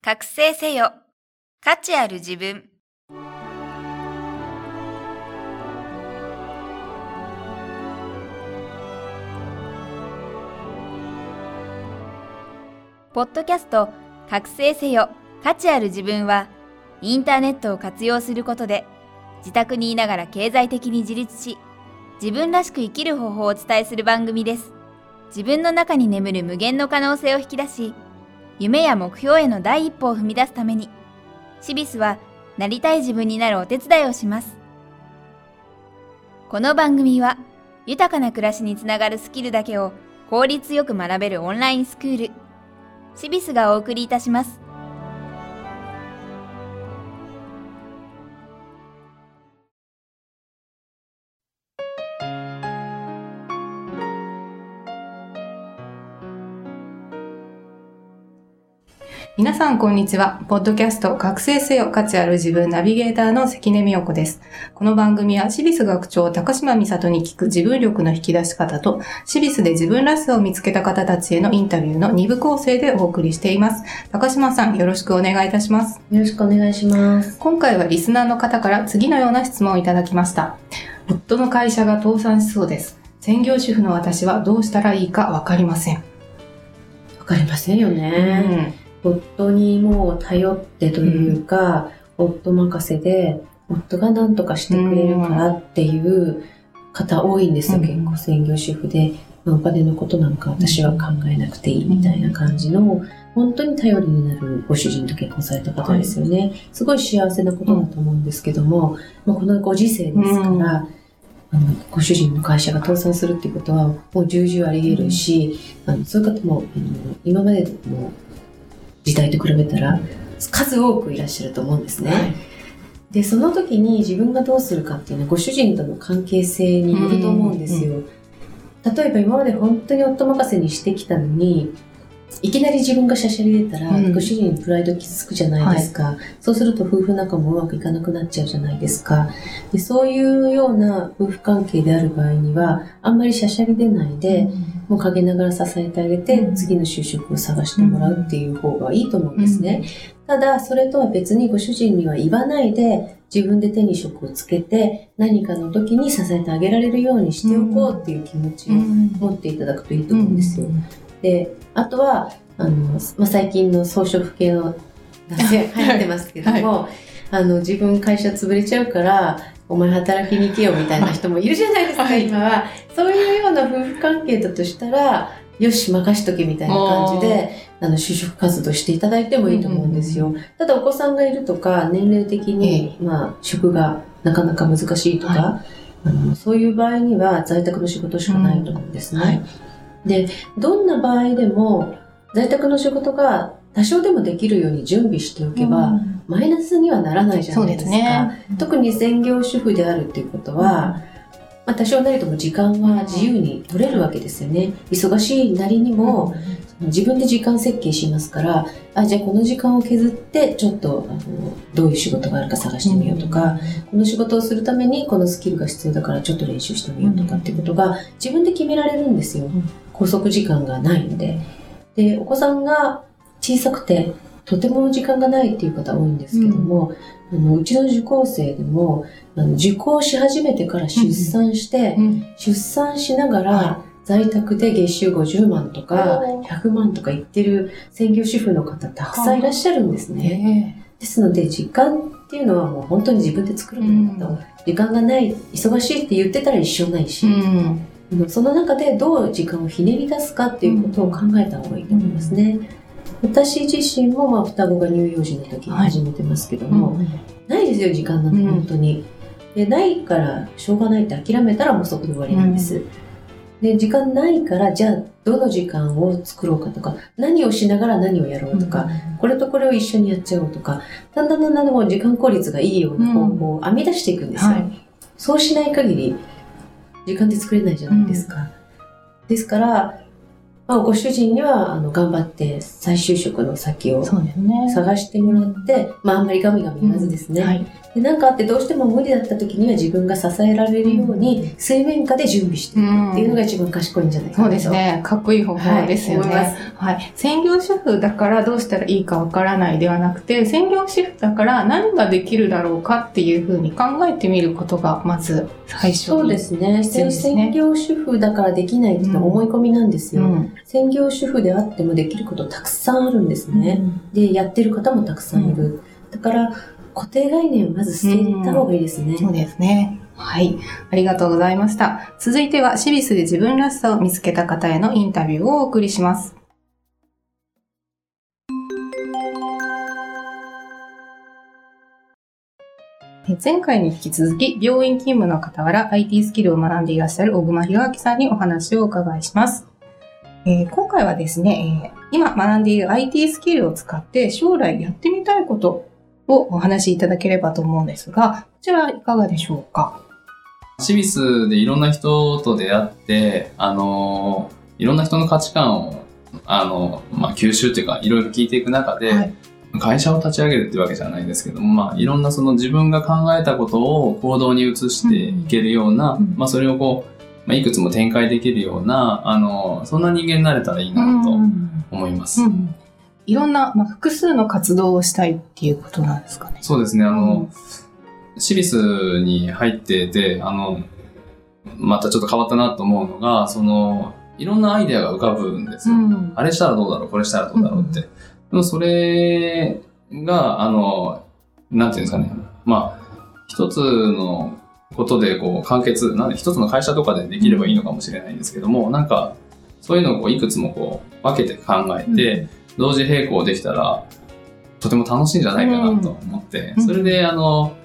覚醒せよ。価値ある自分。ポッドキャスト覚醒せよ。価値ある自分は、インターネットを活用することで、自宅にいながら経済的に自立し、自分らしく生きる方法をお伝えする番組です。自分の中に眠る無限の可能性を引き出し、夢や目標への第一歩を踏み出すために、シビスはなりたい自分になるお手伝いをします。この番組は、豊かな暮らしにつながるスキルだけを効率よく学べるオンラインスクール、シビスがお送りいたします。 皆さんこんにちは。ポッドキャスト覚醒せよ価値ある自分ナビゲーターの関根美代子です。この番組はシビス学長高島美里に聞く自分力の引き出し方と、シビスで自分らしさを見つけた方たちへのインタビューの2部構成でお送りしています。高島さん、よろしくお願いいたします。 よろしくお願いします。 今回はリスナーの方から次のような質問をいただきました。夫の会社が倒産しそうです。専業主婦の私はどうしたらいいかわかりません。 わかりませんよね。夫にもう頼ってというか、夫任せで夫が何とかしてくれるからっていう方多いんですよ。結構専業主婦で、お金のことなんか私は考えなくていいみたいな感じの、本当に頼りになるご主人と結婚された方ですよね。すごい幸せなことだと思うんですけども、このご時世ですから、ご主人の会社が倒産するっていうことはもう重々あり得るし、そういう方も今までの時代と比べたら数多くいらっしゃると思うんですね。で、その時に自分がどうするかっていうのはご主人との関係性によると思うんですよ。例えば今まで本当に夫任せにしてきたのに、いきなり自分がしゃしゃり出たら、ご主人にプライド傷つくじゃないですか。そうすると夫婦仲もうまくいかなくなっちゃうじゃないですか。で、そういうような夫婦関係である場合には、あんまりしゃしゃり出ないで、もう陰ながら支えてあげて、次の就職を探してもらうっていう方がいいと思うんですね。ただ、それとは別にご主人には言わないで、自分で手に職をつけて、何かの時に支えてあげられるようにしておこうっていう気持ちを持っていただくといいと思うんですよ。で、あとは最近の草食系の男性流行ってますけども、自分会社潰れちゃうからお前働きに行けよみたいな人もいるじゃないですか、今は。そういうような夫婦関係だとしたら、よし任しとけみたいな感じで就職活動していただいてもいいと思うんですよ。ただお子さんがいるとか年齢的に、職がなかなか難しいとか、そういう場合には在宅の仕事しかないと思うんですね。で、どんな場合でも在宅の仕事が多少でもできるように準備しておけば、マイナスにはならないじゃないですか。特に専業主婦であるっていうことは、多少なりとも時間は自由に取れるわけですよね。忙しいなりにも、自分で時間設計しますから、じゃあこの時間を削ってちょっとどういう仕事があるか探してみようとか、この仕事をするためにこのスキルが必要だからちょっと練習してみようとかっていうことが自分で決められるんですよ。拘束時間がないので。で、お子さんが小さくてとても時間がないっていう方多いんですけども、うちの受講生でも受講し始めてから出産して、出産しながら在宅で月収50万とか100万とか言ってる専業主婦の方たくさんいらっしゃるんですね。ですので時間っていうのはもう本当に自分で作るものだと、時間がない、忙しいって言ってたら一生ないし、その中でどう時間をひねり出すかっていうことを考えた方がいいと思いますね。私自身も双子が乳幼児の時に始めてますけども、ないですよ時間なんて本当に。で、ないからしょうがないって諦めたらもうそこで終わりなんです。で、時間ないからじゃあどの時間を作ろうかとか、何をしながら何をやろうとか、これとこれを一緒にやっちゃおうとか、だんだんもう時間効率がいいような方法を編み出していくんですよ。そうしない限り時間って作れないじゃないですか。ですからご主人には頑張って再就職の先をそうですね。 探してもらって、あんまりガミガミ言わずですね、 はい。 でなんかあってどうしても無理だった時には自分が支えられるように水面下で準備していくっていうのが一番賢いんじゃないかなと。 そうですね。かっこいい方法ですよね。 はい、思います。 はい。専業主婦だからどうしたらいいかわからないではなくて、専業主婦だから何ができるだろうかっていうふうに考えてみることがまず最初に。 そうですね。専業主婦だからできないっていうのは思い込みなんですよ。専業主婦であってもできることたくさんあるんですね。で、やってる方もたくさんいる。だから固定概念をまず捨てた方がいいですね。 そうですね。はい。ありがとうございました。続いては、シビスで自分らしさを見つけた方へのインタビューをお送りします。前回に引き続き、病院勤務の傍ら IT スキルを学んでいらっしゃる小熊弘明さんにお話をお伺いします。今回はですね、今学んでいる IT スキルを使って将来やってみたいことをお話しいただければと思うんですが、こちらいかがでしょうか？ シビスでいろんな人と出会って、いろんな人の価値観を、吸収っていうか、いろいろ聞いていく中で、はい、会社を立ち上げるっていうわけじゃないですけども、いろんなその自分が考えたことを行動に移していけるような、それをこう、いくつも展開できるような、そんな人間になれたらいいなと思います。 いろんな、複数の活動をしたいっていうことなんですかね。 そうですね。シビスに入ってて、またちょっと変わったなと思うのが、いろんなアイデアが浮かぶんですよ。あれしたらどうだろう、これしたらどうだろうって。でもそれが、なんていうんですかね。一つのことでこう完結、一つの会社とかでできればいいのかもしれないんですけども、なんか、そういうのをこういくつもこう分けて考えて、同時並行できたら、とても楽しいんじゃないかなと思って、それで様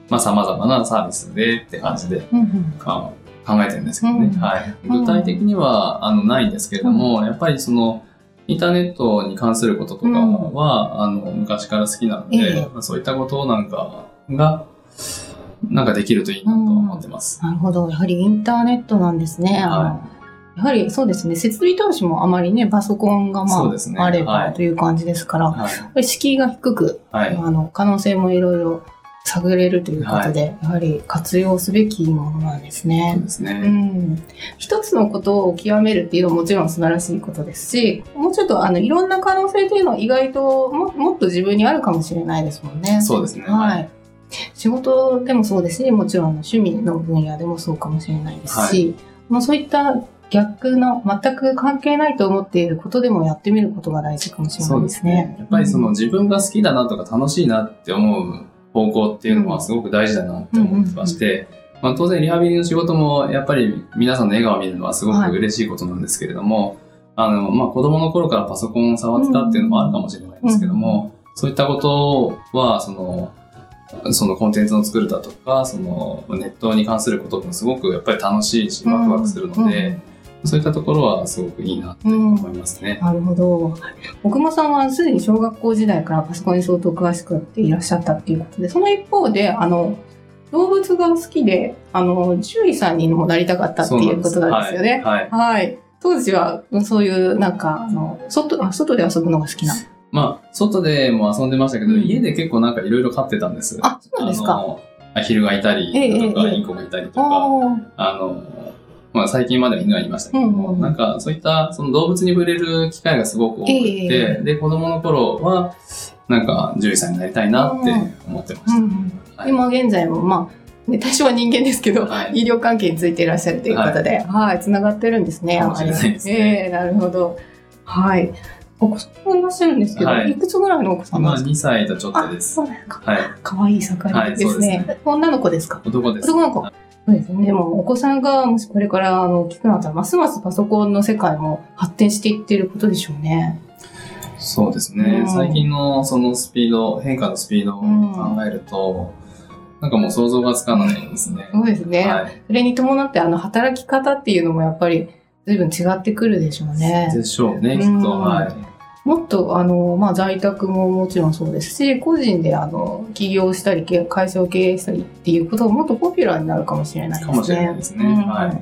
々なサービスでって感じで考えてるんですけどね。はい。具体的にはないんですけれども、やっぱりインターネットに関することとかは、昔から好きなので、そういったことなんかが、なんかできるといいなと思ってます。 なるほど。やはりインターネットなんですね。やはりそうですね、設備投資もあまりね、パソコンがあればという感じですから、やっぱり敷居が低く、可能性もいろいろ探れるということで、やはり活用すべきものなんですね。 そうですね。 一つのことを極めるっていうのはもちろん素晴らしいことですし、もうちょっといろんな可能性っていうのは意外ともっと自分にあるかもしれないですもんね。 そうですね。 はい。仕事でもそうですし、もちろん趣味の分野でもそうかもしれないですし、そういった逆の全く関係ないと思っていることでもやってみることが大事かもしれないですね。 そうですね。やっぱり自分が好きだなとか楽しいなって思う方向っていうのはすごく大事だなって思ってまして、当然リハビリの仕事もやっぱり皆さんの笑顔を見るのはすごく嬉しいことなんですけれども、子供の頃からパソコンを触ってたっていうのもあるかもしれないんですけども、そういったことはそのコンテンツの作るだとか、ネットに関することもすごくやっぱり楽しいし、ワクワクするので、そういったところはすごくいいなって思いますね。 なるほど。奥間さんはすでに小学校時代からパソコンに相当詳しくっていらっしゃったっていうことで、その一方で、動物が好きで、獣医さんにもなりたかったっていうことなんですよね。はい。当時は、そういう、外で遊ぶのが好きな。 外でも遊んでましたけど、家で結構なんかいろいろ飼ってたんです。 あ、そうなんですか。 アヒルがいたりとか、インコがいたりとか、最近までは犬がいましたけども、なんかそういった動物に触れる機会がすごく多くて、で、子供の頃は、なんか獣医さんになりたいなって思ってました。 今現在も、多少は人間ですけど、医療関係についていらっしゃるということで、つながってるんですね。 かもしれないですね。 なるほど。はい。お子さんもいらっしゃるんですけど、いくつぐらいのお子さんなんですか？ 今2歳とちょっとです。 そうですか。かわいい盛りですね。女の子ですか？ 男です。 男の子。そうですね。でもお子さんがもしこれから大きくなったらますますパソコンの世界も発展していっていることでしょうね。 そうですね。最近のそのスピード、変化のスピードを考えると、なんかもう想像がつかないですね。 そうですね。それに伴って働き方っていうのもやっぱり随分違ってくるでしょうね。 でしょうね、きっと。 もっと在宅ももちろんそうですし、個人で起業したり会社を経営したりっていうことがもっとポピュラーになるかもしれないですね。 かもしれないですね。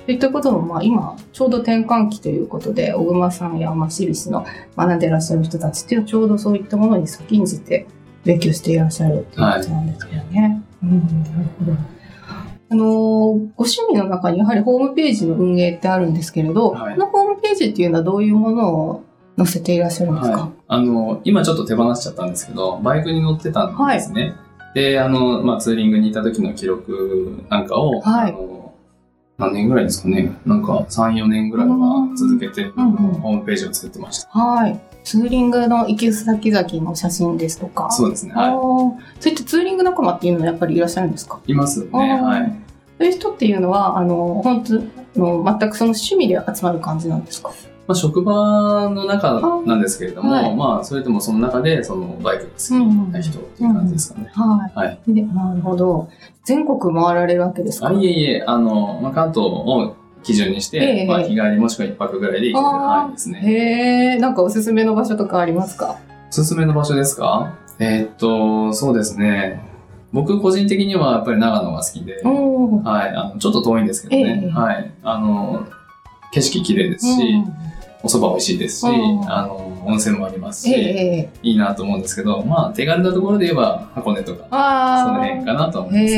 そういったことも、今、ちょうど転換期ということで、小熊さんや、シビスの学んでいらっしゃる人たちっていうのは、ちょうどそういったものに先んじて勉強していらっしゃるということなんですけどね。なるほど。ご趣味の中にやはりホームページの運営ってあるんですけれど、このホームページっていうのはどういうものを載せていらっしゃるんですか？ 今ちょっと手放しちゃったんですけど、バイクに乗ってたんですね。で、ツーリングに行った時の記録なんかを、何年ぐらいですかね。なんか3、4年ぐらいは続けて、ホームページを作ってました。 はい。ツーリングの行き先々の写真ですとか。 そうですね。 そういったツーリング仲間っていうのはやっぱりいらっしゃるんですか？ いますね。 そういう人っていうのは、本当の全くその趣味で集まる感じなんですか？ 職場の中なんですけれども、それでもその中でそのバイクが好きな人っていう感じですかね。 で、なるほど。全国回られるわけですか？ いえ、関東を基準にして、日帰りもしくは1泊ぐらいで行ける範囲ですね。 なんかおすすめの場所とかありますか？ おすすめの場所ですか？そうですね。僕個人的にはやっぱり長野が好きで、ちょっと遠いんですけどね。景色綺麗ですし、お蕎麦美味しいですし、温泉もありますし、いいなと思うんですけど、手軽なところで言えば箱根とか、その辺かなと思います。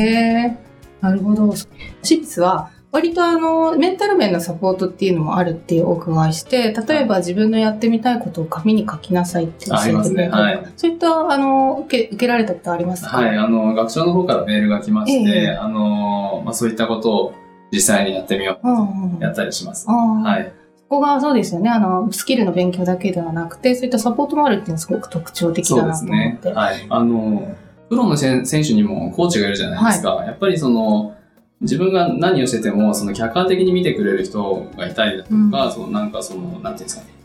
なるほど。シビスは割とメンタル面のサポートっていうのもあるってお伺いして、例えば自分のやってみたいことを紙に書きなさいって教えてくれたりとか、そういった受けられたことありますか？ 学長の方からメールが来まして、そういったことを実際にやってみようやったりします。 ここがそうですよね。スキルの勉強だけではなくて、そういったサポートもあるっていうのはすごく特徴的だなと思って。 そうですね。プロの選手にもコーチがいるじゃないですか。やっぱり自分が何をしてても、客観的に見てくれる人がいたりだとか、なんていうんですかね。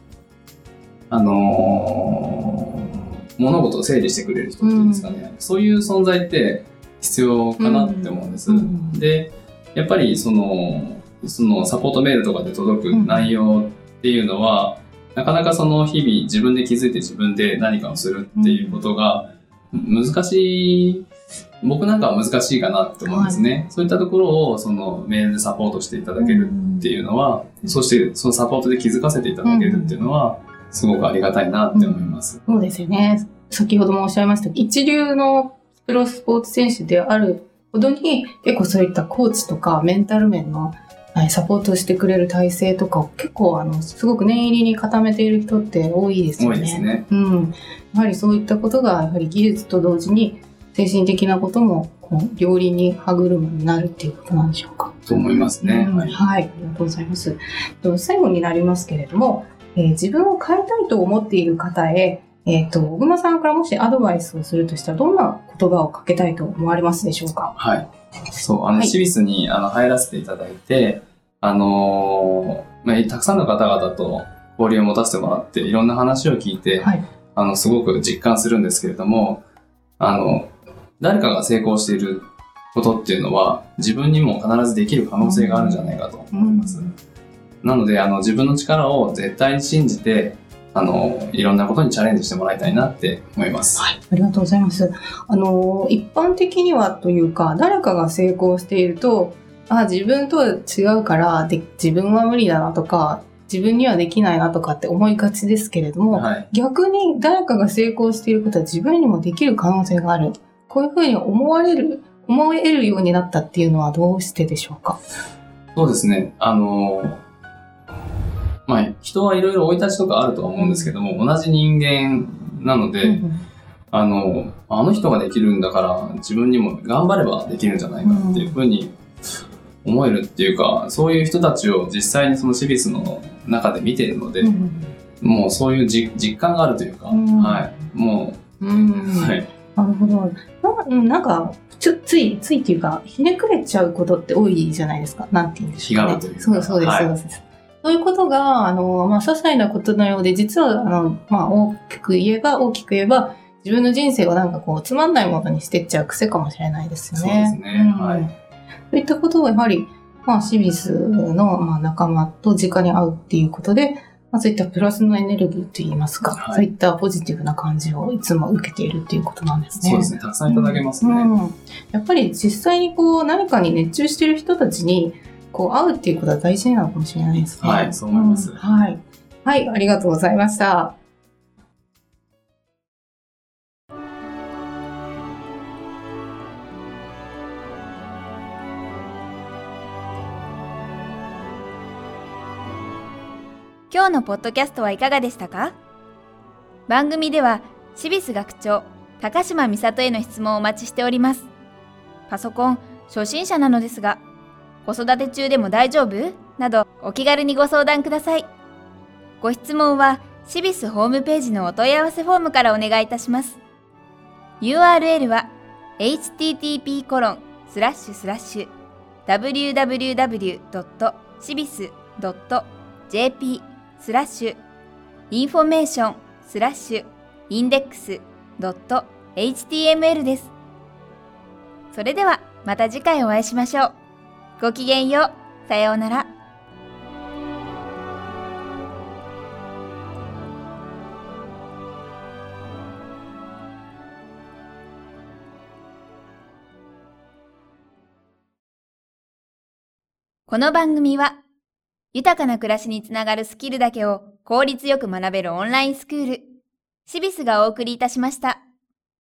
物事を整理してくれる人っていうんですかね。そういう存在って必要かなって思うんです。で、やっぱりそのサポートメールとかで届く内容っていうのは、なかなか日々自分で気づいて自分で何かをするっていうことが難しい、僕なんかは難しいかなって思うんですね。そういったところをメールでサポートしていただけるっていうのは、そしてそのサポートで気づかせていただけるっていうのは、すごくありがたいなって思います。 そうですよね。先ほどもおっしゃいました一流のプロスポーツ選手であるほどに、結構そういったコーチとかメンタル面のサポートしてくれる体制とかを結構すごく念入りに固めている人って多いですよね。 多いですね。 やはりそういったことがやはり技術と同時に精神的なことも両輪に歯車になるっていうことなんでしょうか。 と思いますね。 ありがとうございます。最後になりますけれども、自分を変えたいと思っている方へ、小熊さんからもしアドバイスをするとしたらどんな言葉をかけたいと思われますでしょうか？ シビスに入らせていただいて、たくさんの方々と交流を持たせてもらって、いろんな話を聞いて、すごく実感するんですけれども、誰かが成功していることっていうのは、自分にも必ずできる可能性があるんじゃないかと思います。なので、自分の力を絶対に信じて、いろんなことにチャレンジしてもらいたいなって思います。 ありがとうございます。一般的にはというか、誰かが成功していると、自分とは違うから自分は無理だなとか、自分にはできないなとかって思いがちですけれども、逆に誰かが成功していることは自分にもできる可能性がある。こういうふうに思えるようになったっていうのはどうしてでしょうか？ そうですね。人はいろいろ生い立ちとかあるとは思うんですけども、同じ人間なので、あの人ができるんだから自分にも頑張ればできるんじゃないかっていうふうに思えるっていうか、そういう人たちを実際にそのシビスの中で見ているので、もうそういう実感があるというか、 なるほど。なんかついっていうか、ひねくれちゃうことって多いじゃないですか。なんて言うんでしょうかね。 気が合うというか。 そうです。そういうことが、些細なことのようで、実は、大きく言えば、自分の人生をなんかつまんないものにしてっちゃう癖かもしれないですよね。 そうですね。 そういったことをやはり、シビスの、仲間と直に会うっていうことで、そういったプラスのエネルギーといいますか、そういったポジティブな感じをいつも受けているっていうことなんですね。 そうですね。たくさんいただけますね。 やっぱり実際に何かに熱中している人たちに、 会うっていうことは大事なのかもしれないですね。 はい、そう思います。 はい。はい、ありがとうございました。 今日のポッドキャストはいかがでしたか？番組では、シビス学長、高島美里への質問をお待ちしております。パソコン、初心者なのですが、子育て中でも大丈夫？など、お気軽にご相談ください。ご質問は、シビスホームページのお問い合わせフォームからお願いいたします。URL は、http://www.shibis.jp/information/index.html です。それではまた次回お会いしましょう。ごきげんよう。さようなら。この番組は、豊かな暮らしにつながるスキルだけを効率よく学べるオンラインスクール、シビスがお送りいたしました。